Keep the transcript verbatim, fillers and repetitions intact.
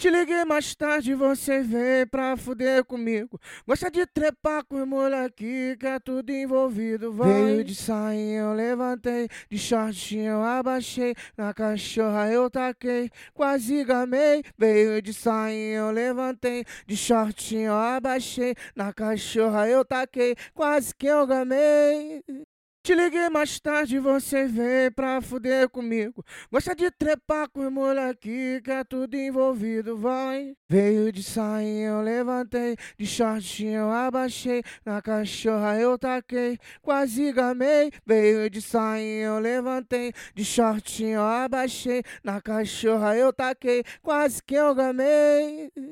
Te liguei mais tarde, você veio pra fuder comigo. Gosta de trepar com os moleque que é tudo envolvido, vai. Veio de sainha, eu levantei, de shortinho eu abaixei, na cachorra eu taquei, quase gamei. Veio de sainha, eu levantei, de shortinho eu abaixei, na cachorra eu taquei, quase que eu gamei. Te liguei mais tarde, você veio pra fuder comigo. Gosta de trepar com os moleque que é tudo envolvido, vai. Veio de sainha, eu levantei, de shortinho eu abaixei, na cachorra eu taquei, quase gamei. Veio de sainha, eu levantei, de shortinho eu abaixei, na cachorra eu taquei, quase que eu gamei.